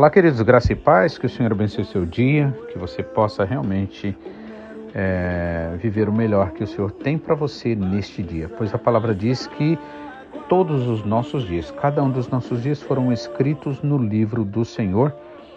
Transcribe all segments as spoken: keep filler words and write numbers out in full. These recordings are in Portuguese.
Olá, queridos, graça e paz, que o Senhor abençoe o seu dia, que você possa realmente é, viver o melhor que o Senhor tem para você neste dia, pois a palavra diz que todos os nossos dias, cada um dos nossos dias foram escritos no livro do Senhor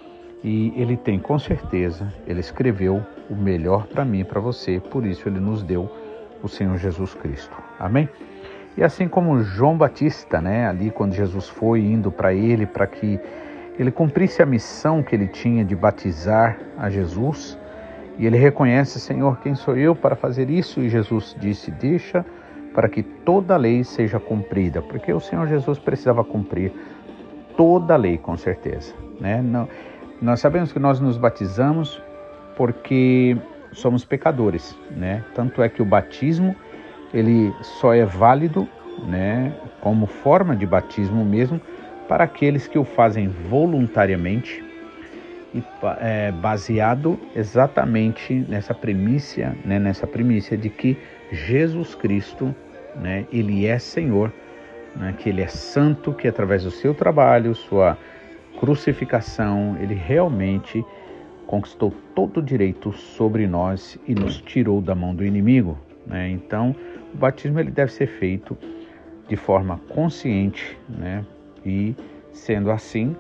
e Ele tem, com certeza, Ele escreveu o melhor para mim e para você, por isso Ele nos deu o Senhor Jesus Cristo, amém? E assim como João Batista, né, ali quando Jesus foi indo para ele, para que ele cumprisse a missão que ele tinha de batizar a Jesus, e ele reconhece, Senhor, quem sou eu para fazer isso? E Jesus disse, deixa para que toda a lei seja cumprida, porque o Senhor Jesus precisava cumprir toda a lei, com certeza, né? Não, nós sabemos que nós nos batizamos porque somos pecadores, né? Tanto é que o batismo, ele só é válido, né, como forma de batismo mesmo, para aqueles que o fazem voluntariamente e é, baseado exatamente nessa primícia, né, nessa primícia de que Jesus Cristo, né, Ele é Senhor, né, que Ele é santo, que através do seu trabalho, sua crucificação, Ele realmente conquistou todo o direito sobre nós e nos tirou da mão do inimigo, né? Então, o batismo ele deve ser feito de forma consciente, né? E, sendo assim,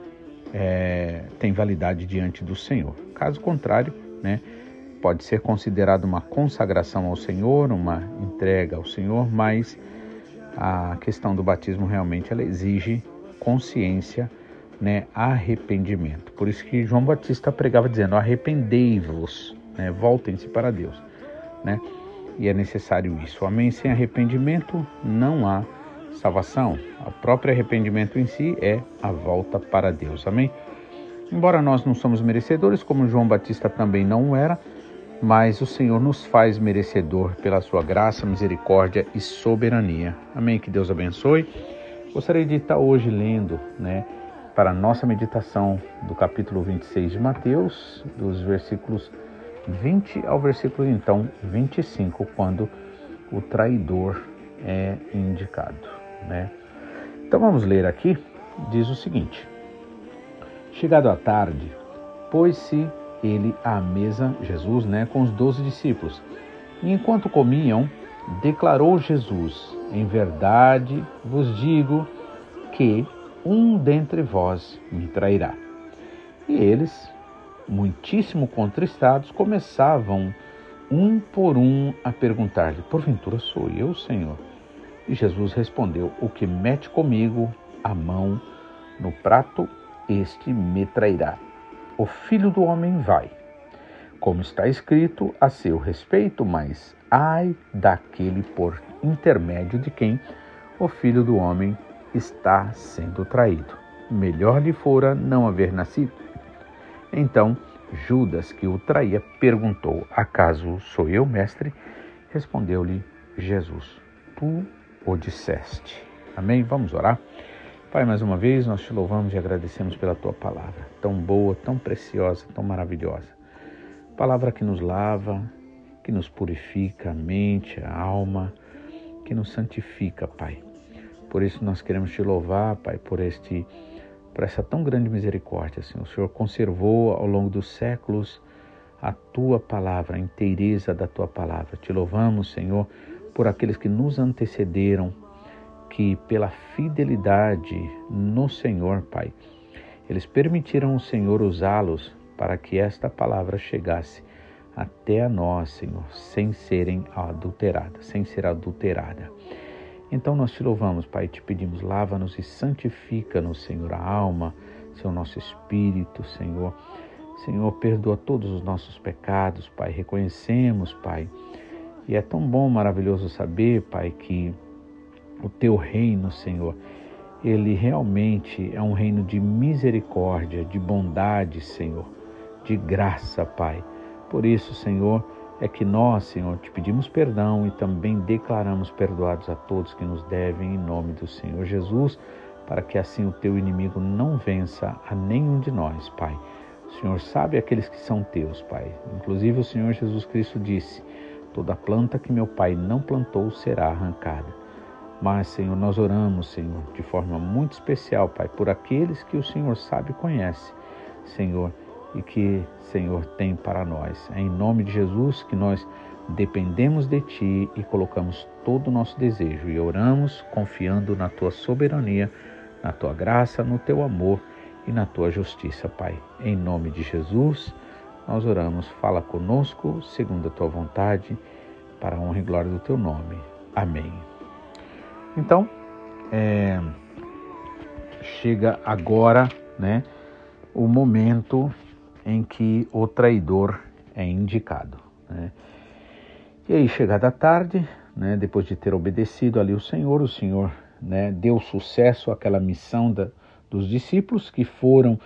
é, tem validade diante do Senhor. Caso contrário, né, pode ser considerado uma consagração ao Senhor, uma entrega ao Senhor, mas a questão do batismo realmente ela exige consciência, né, arrependimento. Por isso que João Batista pregava dizendo, arrependei-vos, né, voltem-se para Deus, né? E é necessário isso. Amém? Sem arrependimento não há salvação. O próprio arrependimento em si é a volta para Deus. Amém? Embora nós não somos merecedores, como João Batista também não era, mas o Senhor nos faz merecedor pela sua graça, misericórdia e soberania. Amém? Que Deus abençoe. Gostaria de estar hoje lendo, né, para a nossa meditação do capítulo vinte e seis de Mateus, dos versículos vinte ao versículo, então, vinte e cinco, quando o traidor é indicado, né? Então vamos ler aqui, diz o seguinte: chegado à tarde, pôs-se ele à mesa, Jesus, né, com os doze discípulos, e enquanto comiam, declarou Jesus, em verdade vos digo que um dentre vós me trairá. E eles, muitíssimo contristados, começavam um por um a perguntar-lhe, porventura sou eu, Senhor? E Jesus respondeu, o que mete comigo a mão no prato, este me trairá. O Filho do Homem vai, como está escrito a seu respeito, mas ai daquele por intermédio de quem o Filho do Homem está sendo traído. Melhor lhe fora não haver nascido. Então Judas, que o traía, perguntou, acaso sou eu, mestre? Respondeu-lhe Jesus, tu o disseste. Amém? Vamos orar? Pai, mais uma vez nós te louvamos e agradecemos pela tua palavra, tão boa, tão preciosa, tão maravilhosa. Palavra que nos lava, que nos purifica a mente, a alma, que nos santifica, Pai. Por isso nós queremos te louvar, Pai, por este por essa tão grande misericórdia, Senhor. O Senhor conservou ao longo dos séculos a tua palavra, a inteireza da tua palavra. Te louvamos, Senhor, por aqueles que nos antecederam, que pela fidelidade no Senhor, Pai, eles permitiram o Senhor usá-los para que esta palavra chegasse até a nós, Senhor, sem serem adulteradas, sem ser adulterada. Então nós te louvamos, Pai, te pedimos, lava-nos e santifica-nos, Senhor, a alma, Senhor, nosso espírito, Senhor. Senhor, perdoa todos os nossos pecados, Pai, reconhecemos, Pai. E é tão bom, maravilhoso saber, Pai, que o teu reino, Senhor, ele realmente é um reino de misericórdia, de bondade, Senhor, de graça, Pai. Por isso, Senhor, é que nós, Senhor, te pedimos perdão e também declaramos perdoados a todos que nos devem em nome do Senhor Jesus, para que assim o teu inimigo não vença a nenhum de nós, Pai. O Senhor sabe aqueles que são teus, Pai. Inclusive o Senhor Jesus Cristo disse, toda planta que meu Pai não plantou será arrancada. Mas, Senhor, nós oramos, Senhor, de forma muito especial, Pai, por aqueles que o Senhor sabe e conhece, Senhor, e que, Senhor, tem para nós. É em nome de Jesus que nós dependemos de Ti e colocamos todo o nosso desejo e oramos confiando na Tua soberania, na Tua graça, no Teu amor e na Tua justiça, Pai. Em nome de Jesus, nós oramos. Fala conosco, segundo a Tua vontade, para a honra e glória do Teu nome. Amém. Então, é, chega agora, né, o momento em que o traidor é indicado, né? E aí, chegada a tarde, né, depois de ter obedecido ali o Senhor, o Senhor, né, deu sucesso àquela missão da, dos discípulos que foram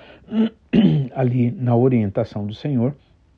ali na orientação do Senhor,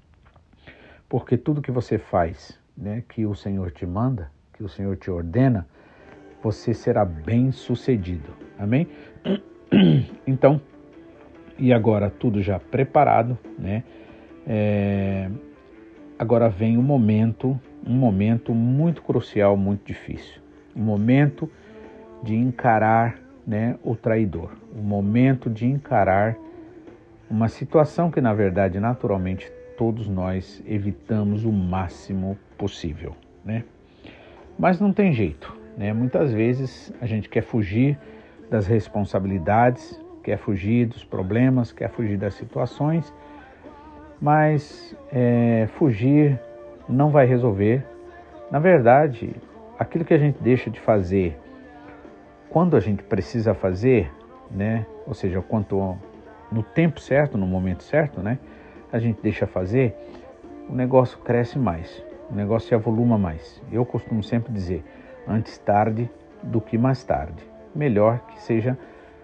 porque tudo que você faz, né, que o Senhor te manda, que o Senhor te ordena, você será bem sucedido. Amém? Então, e agora tudo já preparado, né? É, agora vem o momento, um momento muito crucial, muito difícil. Um momento de encarar, né, o traidor. Um momento de encarar uma situação que, na verdade, naturalmente, todos nós evitamos o máximo possível, né? Mas não tem jeito, né? Muitas vezes a gente quer fugir das responsabilidades, quer fugir dos problemas, quer fugir das situações, mas é, fugir não vai resolver. Na verdade, aquilo que a gente deixa de fazer quando a gente precisa fazer, né? Ou seja, quanto no tempo certo, no momento certo, né? A gente deixa fazer, o negócio cresce mais, o negócio se avoluma mais. Eu costumo sempre dizer, antes tarde do que mais tarde. Melhor que seja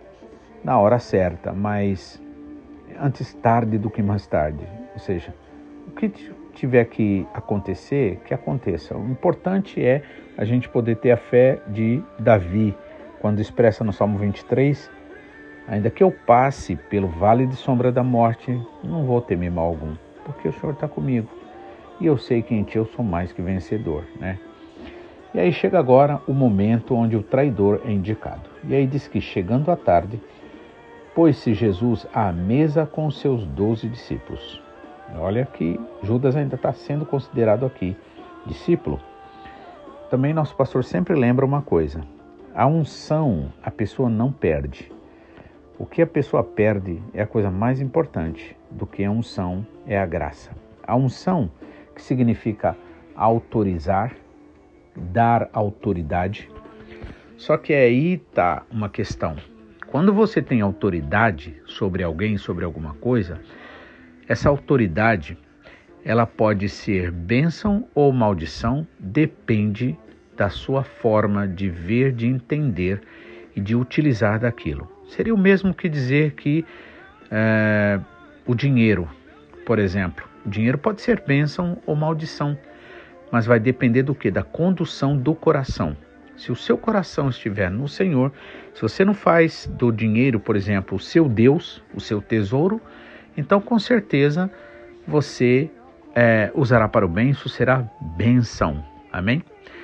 na hora certa, mas antes tarde do que mais tarde. Ou seja, o que tiver que acontecer, que aconteça. O importante é a gente poder ter a fé de Davi, quando expressa no Salmo vinte e três, ainda que eu passe pelo vale de sombra da morte, não vou temer mal algum, porque o Senhor está comigo. E eu sei que em Ti eu sou mais que vencedor, né? E aí chega agora o momento onde o traidor é indicado. E aí diz que, chegando à tarde, pôs-se Jesus à mesa com os seus doze discípulos. Olha que Judas ainda está sendo considerado aqui discípulo. Também nosso pastor sempre lembra uma coisa. A unção a pessoa não perde. O que a pessoa perde é a coisa mais importante do que a unção, é a graça. A unção, que significa autorizar, dar autoridade. Só que aí está uma questão. Quando você tem autoridade sobre alguém, sobre alguma coisa, essa autoridade, ela pode ser bênção ou maldição, depende da sua forma de ver, de entender e de utilizar daquilo. Seria o mesmo que dizer que é, o dinheiro, por exemplo, o dinheiro pode ser bênção ou maldição, mas vai depender do quê? Da condução do coração. Se o seu coração estiver no Senhor, se você não faz do dinheiro, por exemplo, o seu Deus, o seu tesouro, então com certeza você é, usará para o bem, isso será bênção. Amém?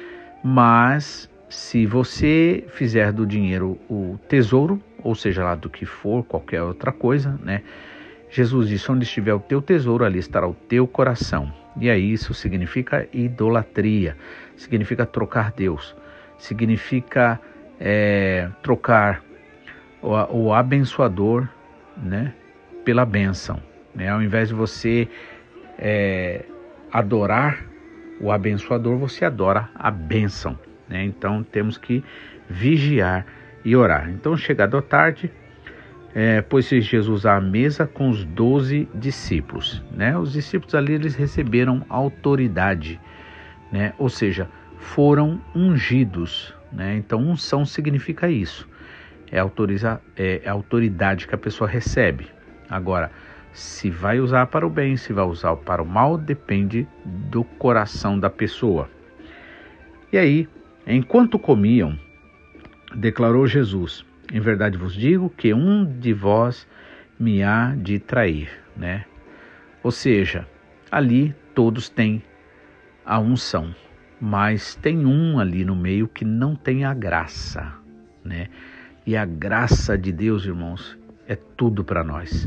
Mas se você fizer do dinheiro o tesouro, ou seja lá do que for, qualquer outra coisa, né? Jesus disse, onde estiver o teu tesouro, ali estará o teu coração. E aí isso significa idolatria, significa trocar Deus, significa é, trocar o, o abençoador, né, pela bênção. Né? Ao invés de você é, adorar o abençoador, você adora a bênção. Né? Então temos que vigiar e orar. Então, chegado à tarde, é, pôs-se Jesus à mesa com os doze discípulos. Né? Os discípulos ali, eles receberam autoridade, né? Ou seja, foram ungidos. Né? Então, unção significa isso. É, autoriza, é, é a autoridade que a pessoa recebe. Agora, se vai usar para o bem, se vai usar para o mal, depende do coração da pessoa. E aí, enquanto comiam, declarou Jesus, em verdade vos digo que um de vós me há de trair, né? Ou seja, ali todos têm a unção, mas tem um ali no meio que não tem a graça, né? E a graça de Deus, irmãos, é tudo para nós.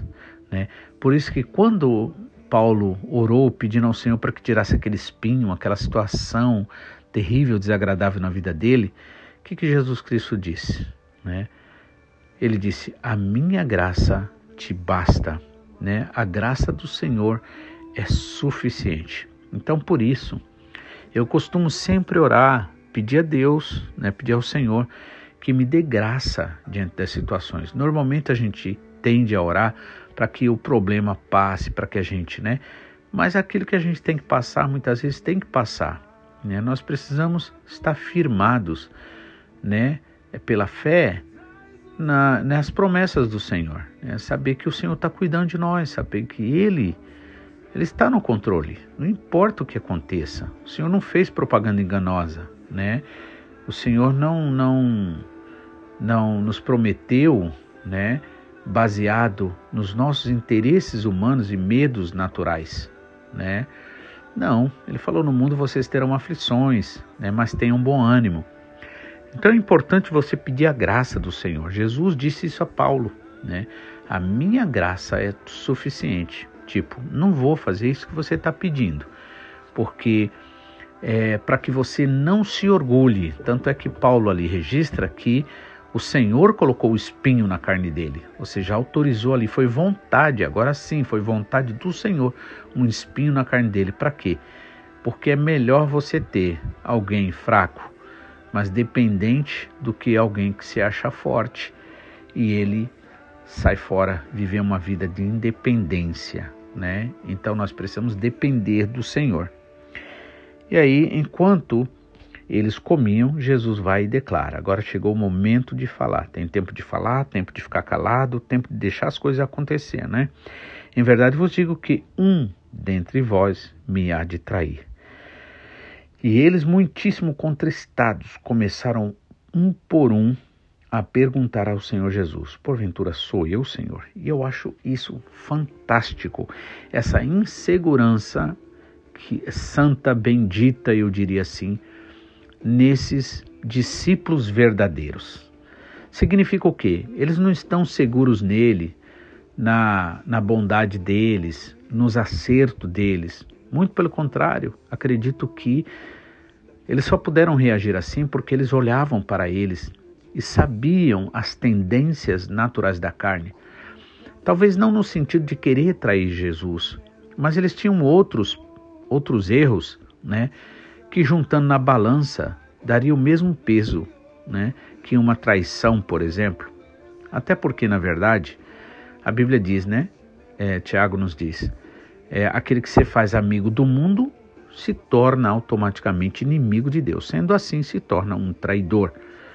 né? Por isso que quando Paulo orou pedindo ao Senhor para que tirasse aquele espinho, aquela situação terrível, desagradável na vida dele, o que, que Jesus Cristo disse, né? Ele disse, a minha graça te basta, né? A graça do Senhor é suficiente. Então, por isso, eu costumo sempre orar, pedir a Deus, né? Pedir ao Senhor que me dê graça diante das situações. Normalmente a gente tende a orar para que o problema passe, para que a gente, né? Mas aquilo que a gente tem que passar, muitas vezes tem que passar, né? Nós precisamos estar firmados, né? É pela fé na, nas promessas do Senhor, né? Saber que o Senhor está cuidando de nós, saber que Ele, Ele está no controle, não importa o que aconteça. O Senhor não fez propaganda enganosa, né? O Senhor não, não, não nos prometeu, né? Baseado nos nossos interesses humanos e medos naturais, né? Não, ele falou, no mundo vocês terão aflições, né? Mas tenham bom ânimo. Então é importante você pedir a graça do Senhor. Jesus disse isso a Paulo, né? A minha graça é suficiente. Tipo, não vou fazer isso que você está pedindo, porque é para que você não se orgulhe. Tanto é que Paulo ali registra que o Senhor colocou o espinho na carne dele, ou seja, autorizou ali, foi vontade, agora sim, foi vontade do Senhor, um espinho na carne dele. Para quê? Porque é melhor você ter alguém fraco, mas dependente, do que alguém que se acha forte e ele sai fora, viver uma vida de independência, né? Então nós precisamos depender do Senhor. E aí, enquanto eles comiam, Jesus vai e declara, agora chegou o momento de falar. Tem tempo de falar, tempo de ficar calado, tempo de deixar as coisas acontecer, né? Em verdade vos digo que um dentre vós me há de trair. E eles, muitíssimo contristados, começaram um por um a perguntar ao Senhor Jesus, porventura sou eu, Senhor? E eu acho isso fantástico, essa insegurança que, santa, bendita, eu diria assim, nesses discípulos verdadeiros. Significa o quê? Eles não estão seguros nele, na, na bondade deles, nos acertos deles. Muito pelo contrário, acredito que eles só puderam reagir assim porque eles olhavam para eles e sabiam as tendências naturais da carne. Talvez não no sentido de querer trair Jesus, mas eles tinham outros, outros erros, né? Que juntando na balança daria o mesmo peso, né, que uma traição, por exemplo. Até porque, na verdade, a Bíblia diz, né, é, Tiago nos diz, é, aquele que se faz amigo do mundo se torna automaticamente inimigo de Deus. Sendo assim, se torna um traidor.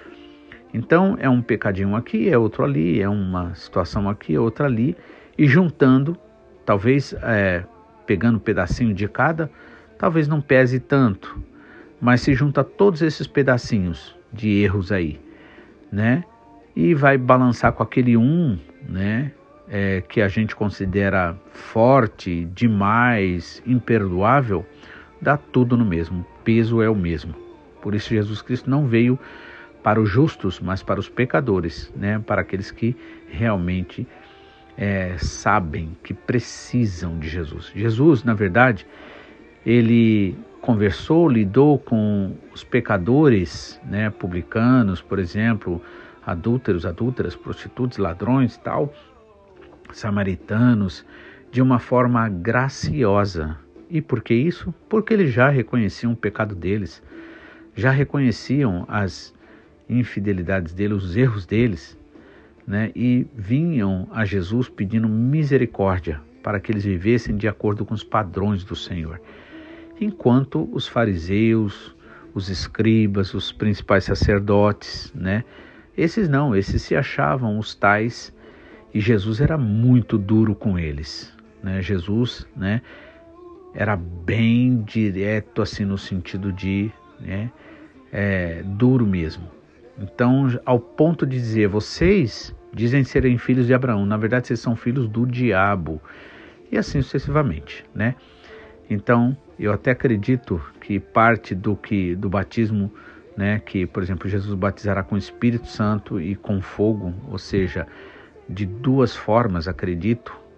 Então, é um pecadinho aqui, é outro ali, é uma situação aqui, é outra ali, e juntando, talvez é, pegando um pedacinho de cada, talvez não pese tanto, mas se junta todos esses pedacinhos de erros aí, né? E vai balançar com aquele um, né? É, que a gente considera forte, demais, imperdoável, dá tudo no mesmo, o peso é o mesmo. Por isso Jesus Cristo não veio para os justos, mas para os pecadores, né? Para aqueles que realmente é, sabem que precisam de Jesus. Jesus, na verdade, ele conversou, lidou com os pecadores, né, publicanos, por exemplo, adúlteros, adúlteras, prostitutas, ladrões e tal, samaritanos, de uma forma graciosa. E por que isso? Porque eles já reconheciam o pecado deles, já reconheciam as infidelidades deles, os erros deles, né, e vinham a Jesus pedindo misericórdia para que eles vivessem de acordo com os padrões do Senhor. Enquanto os fariseus, os escribas, os principais sacerdotes, né? Esses não, esses se achavam os tais, e Jesus era muito duro com eles, né? Jesus, né, era bem direto, assim, no sentido de, né, é, duro mesmo. Então, ao ponto de dizer, vocês dizem serem filhos de Abraão, na verdade vocês são filhos do diabo, e assim sucessivamente, né? Então, eu até acredito que parte do, que, do batismo, né, que, por exemplo, Jesus batizará com o Espírito Santo e com fogo, ou seja, de duas formas, acredito,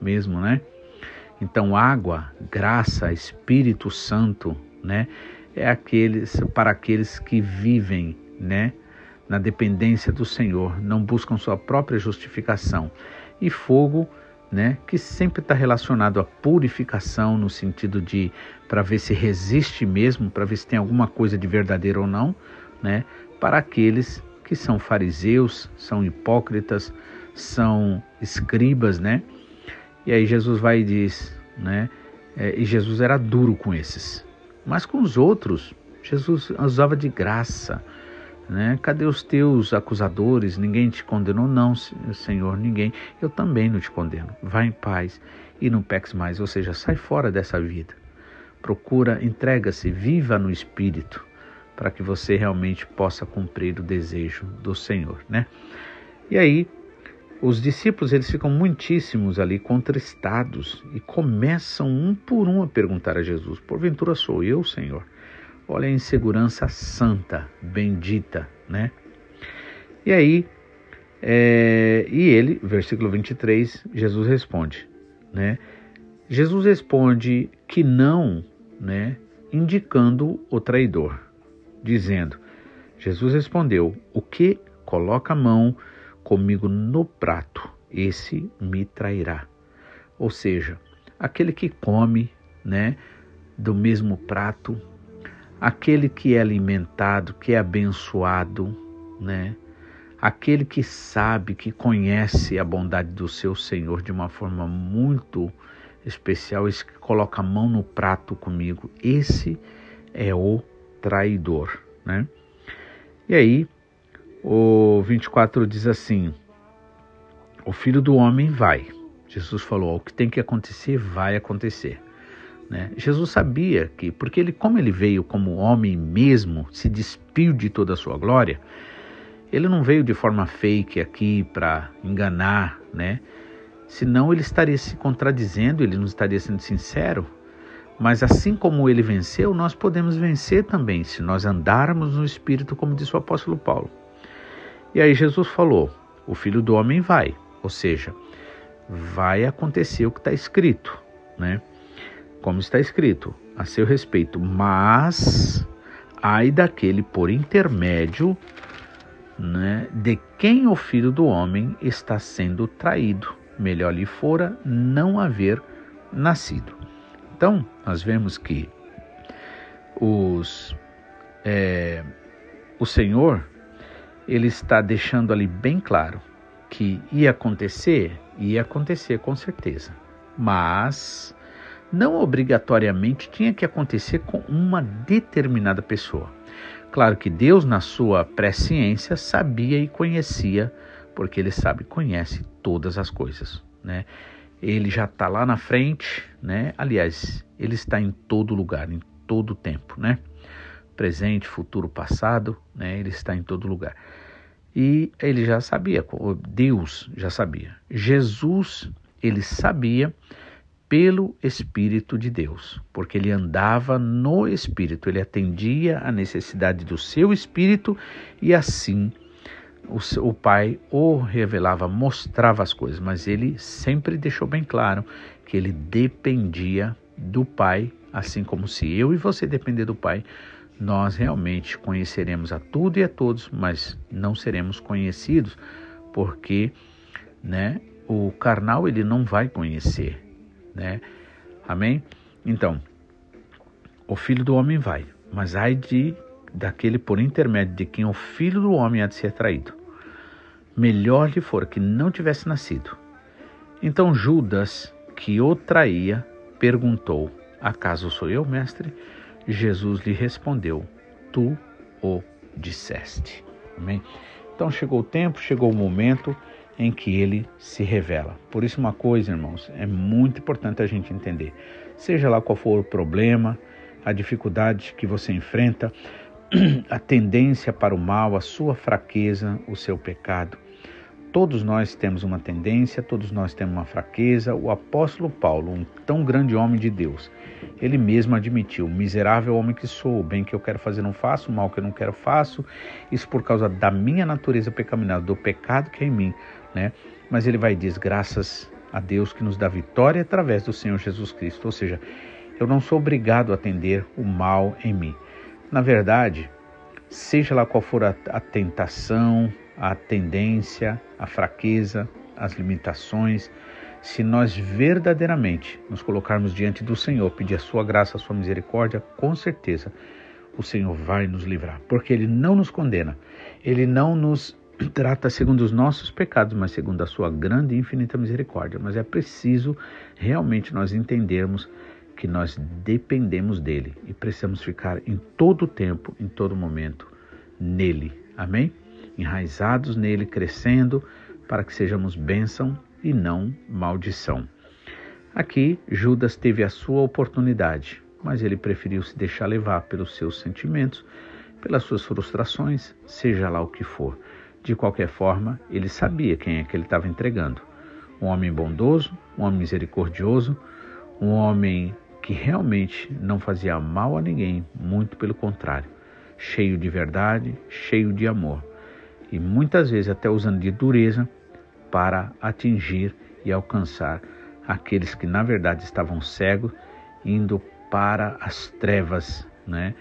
mesmo, né? Então, água, graça, Espírito Santo, né? É aqueles, para aqueles que vivem, né? Na dependência do Senhor, não buscam sua própria justificação. E fogo, né? Que sempre está relacionado à purificação, no sentido de, para ver se resiste mesmo, para ver se tem alguma coisa de verdadeiro ou não, né? Para aqueles que são fariseus, são hipócritas, são escribas, né? E aí Jesus vai e diz, né? É, e Jesus era duro com esses. Mas com os outros, Jesus usava de graça, né? Cadê os teus acusadores? Ninguém te condenou? Não, Senhor, ninguém. Eu também não te condeno. Vá em paz e não peques mais. Ou seja, sai fora dessa vida. Procura, entrega-se, viva no Espírito, para que você realmente possa cumprir o desejo do Senhor, né? E aí, os discípulos, eles ficam muitíssimos ali contristados e começam um por um a perguntar a Jesus, porventura sou eu, Senhor? Olha a insegurança santa, bendita, né? E aí, é, e ele, versículo vinte e três, Jesus responde, né? Jesus responde que não, né? Indicando o traidor, dizendo, Jesus respondeu, o que coloca a mão comigo no prato, esse me trairá. Ou seja, aquele que come, né, do mesmo prato, aquele que é alimentado, que é abençoado, né, aquele que sabe, que conhece a bondade do seu Senhor de uma forma muito especial, esse que coloca a mão no prato comigo, esse é o traidor, né? E aí, o vinte e quatro diz assim, o Filho do Homem vai. Jesus falou, o que tem que acontecer, vai acontecer. Né? Jesus sabia que, porque ele, como ele veio como homem mesmo, se despiu de toda a sua glória, ele não veio de forma fake aqui para enganar, né? Senão ele estaria se contradizendo, ele não estaria sendo sincero. Mas assim como ele venceu, nós podemos vencer também, se nós andarmos no Espírito, como disse o apóstolo Paulo. E aí Jesus falou, o Filho do Homem vai, ou seja, vai acontecer o que está escrito, né? Como está escrito, a seu respeito, mas ai daquele por intermédio, né, de quem o Filho do Homem está sendo traído. Melhor lhe fora não haver nascido. Então, nós vemos que os, é, o Senhor, ele está deixando ali bem claro que ia acontecer, ia acontecer com certeza, mas não obrigatoriamente tinha que acontecer com uma determinada pessoa. Claro que Deus, na sua presciência, sabia e conhecia, porque ele sabe e conhece todas as coisas, né? Ele já está lá na frente, né? Aliás, ele está em todo lugar, em todo tempo, né? Presente, futuro, passado, né? Ele está em todo lugar. E ele já sabia, Deus já sabia. Jesus, ele sabia pelo Espírito de Deus, porque ele andava no Espírito, ele atendia à necessidade do seu Espírito e assim o, seu, o Pai o revelava, mostrava as coisas, mas ele sempre deixou bem claro que ele dependia do Pai, assim como se eu e você depender do Pai, nós realmente conheceremos a tudo e a todos, mas não seremos conhecidos, porque, né, o carnal ele não vai conhecer, né? Amém? Então, o Filho do Homem vai, mas ai de daquele por intermédio de quem o Filho do Homem há de ser traído. Melhor lhe fora que não tivesse nascido. Então Judas, que o traía, perguntou, acaso sou eu, mestre? Jesus lhe respondeu, tu o disseste. Amém? Então chegou o tempo, chegou o momento em que ele se revela. Por isso uma coisa, irmãos, é muito importante a gente entender. Seja lá qual for o problema, a dificuldade que você enfrenta, a tendência para o mal, a sua fraqueza, o seu pecado. Todos nós temos uma tendência, todos nós temos uma fraqueza. O apóstolo Paulo, um tão grande homem de Deus, ele mesmo admitiu, miserável homem que sou, o bem que eu quero fazer não faço, o mal que eu não quero faço, isso por causa da minha natureza pecaminosa, do pecado que é em mim, né? Mas ele vai dizer, graças a Deus que nos dá vitória através do Senhor Jesus Cristo. Ou seja, eu não sou obrigado a atender o mal em mim. Na verdade, seja lá qual for a, a tentação, a tendência, a fraqueza, as limitações, se nós verdadeiramente nos colocarmos diante do Senhor, pedir a sua graça, a sua misericórdia, com certeza o Senhor vai nos livrar, porque Ele não nos condena, Ele não nos trata segundo os nossos pecados, mas segundo a sua grande e infinita misericórdia. Mas é preciso realmente nós entendermos que nós dependemos dEle e precisamos ficar em todo tempo, em todo momento, nele. Amém? Enraizados nele, crescendo, para que sejamos bênção e não maldição. Aqui, Judas teve a sua oportunidade, mas ele preferiu se deixar levar pelos seus sentimentos, pelas suas frustrações, seja lá o que for. De qualquer forma, ele sabia quem é que ele estava entregando. Um homem bondoso, um homem misericordioso, um homem que realmente não fazia mal a ninguém, muito pelo contrário, cheio de verdade, cheio de amor, e muitas vezes até usando de dureza para atingir e alcançar aqueles que na verdade estavam cegos, indo para as trevas, né?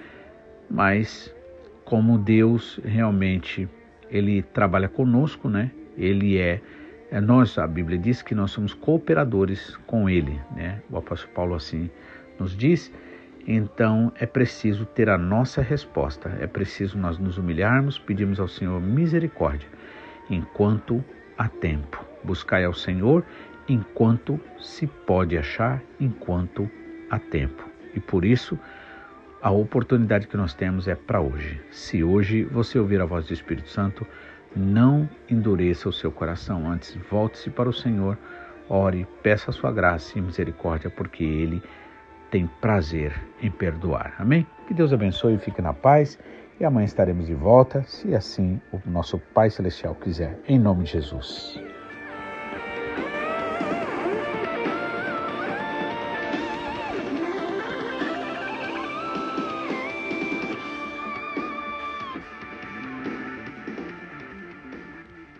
Mas como Deus realmente Ele trabalha conosco, né? Ele é, é nós, a Bíblia diz que nós somos cooperadores com Ele, né? O apóstolo Paulo assim nos diz. Então é preciso ter a nossa resposta, é preciso nós nos humilharmos, pedirmos ao Senhor misericórdia, enquanto há tempo. Buscai ao Senhor enquanto se pode achar, enquanto há tempo. E por isso, a oportunidade que nós temos é para hoje. Se hoje você ouvir a voz do Espírito Santo, não endureça o seu coração. Antes, volte-se para o Senhor, ore, peça a sua graça e misericórdia, porque Ele tem prazer em perdoar. Amém? Que Deus abençoe e fique na paz. E amanhã estaremos de volta, se assim o nosso Pai Celestial quiser. Em nome de Jesus.